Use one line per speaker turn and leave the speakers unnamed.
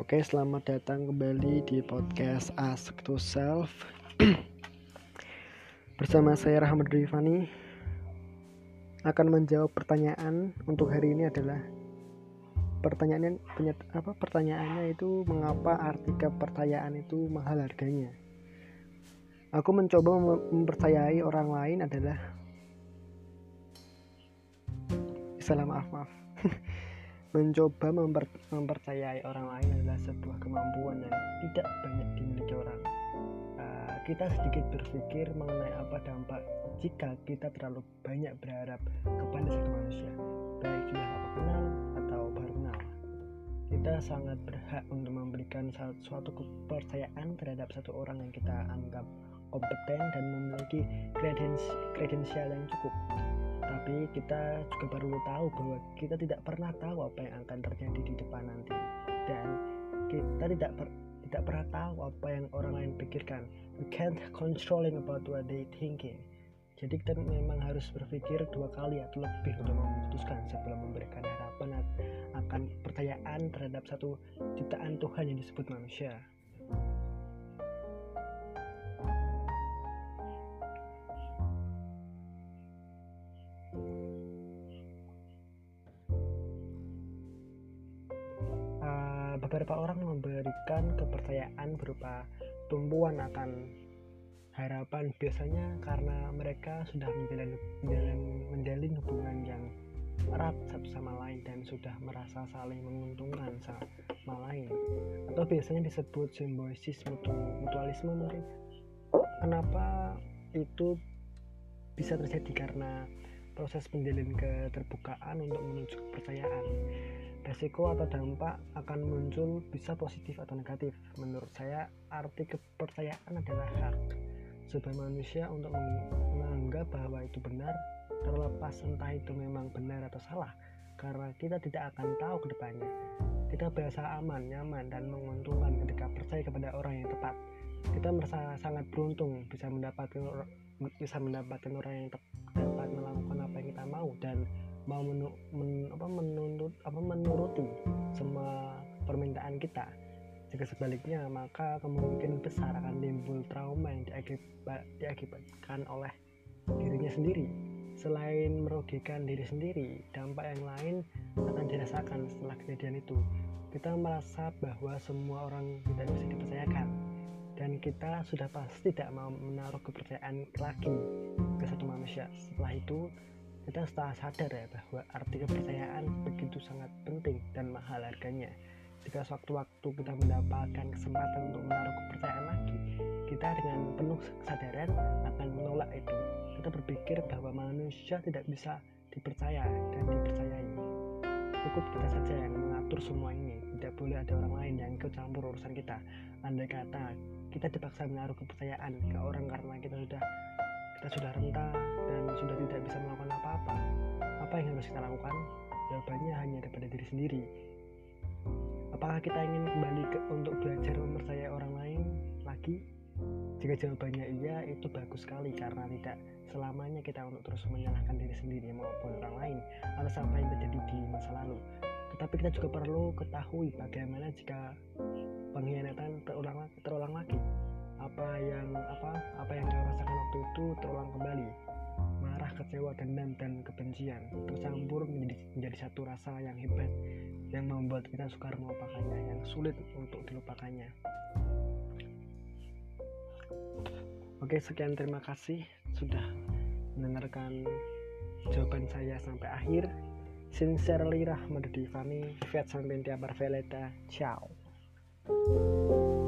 Oke, selamat datang kembali di podcast Ask to Self. Bersama saya Rahmat Rifani akan menjawab pertanyaan untuk hari ini adalah pertanyaannya itu mengapa arti kepercayaan itu mahal harganya. Aku mencoba mempercayai orang lain adalah maaf. Mencoba mempercayai orang lain adalah sebuah kemampuan yang tidak banyak dimiliki orang. Kita sedikit berpikir mengenai apa dampak jika kita terlalu banyak berharap kepada satu manusia, baik sudah kenal atau baru kenal. Kita sangat berhak untuk memberikan suatu kepercayaan terhadap satu orang yang kita anggap kompeten dan memiliki kredensial yang cukup. Tapi kita juga perlu tahu bahwa kita tidak pernah tahu apa yang akan terjadi di depan nanti, dan kita tidak pernah tahu apa yang orang lain pikirkan. We can't controlling about what they thinking. Jadi kita memang harus berpikir dua kali atau lebih untuk memutuskan sebelum memberikan harapan akan percayaan terhadap satu ciptaan Tuhan yang disebut manusia. Beberapa orang memberikan kepercayaan berupa tumpuan akan harapan, biasanya karena mereka sudah menjalin hubungan yang erat satu sama lain dan sudah merasa saling menguntungkan sama lain, atau biasanya disebut simbiosis mutualisme mungkin. Kenapa itu bisa terjadi? Karena proses menjalin keterbukaan untuk menuju kepercayaan. Resiko atau dampak akan muncul bisa positif atau negatif. Menurut saya, arti kepercayaan adalah hak sebagai manusia untuk menganggap bahwa itu benar, terlepas entah itu memang benar atau salah, karena kita tidak akan tahu ke depannya. Kita berasa aman, nyaman, dan menguntungkan ketika percaya kepada orang yang tepat. Kita merasa sangat beruntung bisa mendapatkan orang yang dapat melakukan apa yang kita mau dan mau menuruti semua permintaan kita. Jika sebaliknya, maka kemungkinan besar akan timbul trauma yang diakibatkan oleh dirinya sendiri. Selain merugikan diri sendiri, dampak yang lain akan dirasakan setelah kejadian itu. Kita merasa bahwa semua orang tidak bisa dipercayakan, dan kita sudah pasti tidak mau menaruh kepercayaan lagi ke satu manusia. Setelah itu, kita setelah sadar bahwa arti kepercayaan begitu sangat penting dan mahal harganya. Jika sewaktu-waktu kita mendapatkan kesempatan untuk menaruh kepercayaan lagi, kita dengan penuh kesadaran akan menolak itu. Kita berpikir bahwa manusia tidak bisa dipercaya dan dipercayai. Cukup kita saja yang mengatur semua ini. Tidak boleh ada orang lain yang ikut campur urusan kita. Andai kata kita dipaksa menaruh kepercayaan ke orang karena kita sudah renta dan sudah tidak bisa melakukan apa yang harus kita lakukan? Jawabannya hanya daripada diri sendiri. Apakah kita ingin kembali untuk belajar mempercayai orang lain lagi? Jika jawabannya iya, itu bagus sekali, karena tidak selamanya kita untuk terus menyalahkan diri sendiri maupun orang lain atas apa yang terjadi di masa lalu. Tetapi kita juga perlu ketahui bagaimana jika pengkhianatan terulang lagi. Apa yang kau rasakan waktu itu terulang kembali. Marah, kecewa, dendam, dan kebencian tercampur menjadi satu rasa yang hebat yang membuat kita sukar melupakannya, yang sulit untuk dilupakannya. Oke, sekian, terima kasih sudah mendengarkan jawaban saya sampai akhir. Sincerely Rahmat Rifani, Fiat Sampintia Parveleta. Ciao.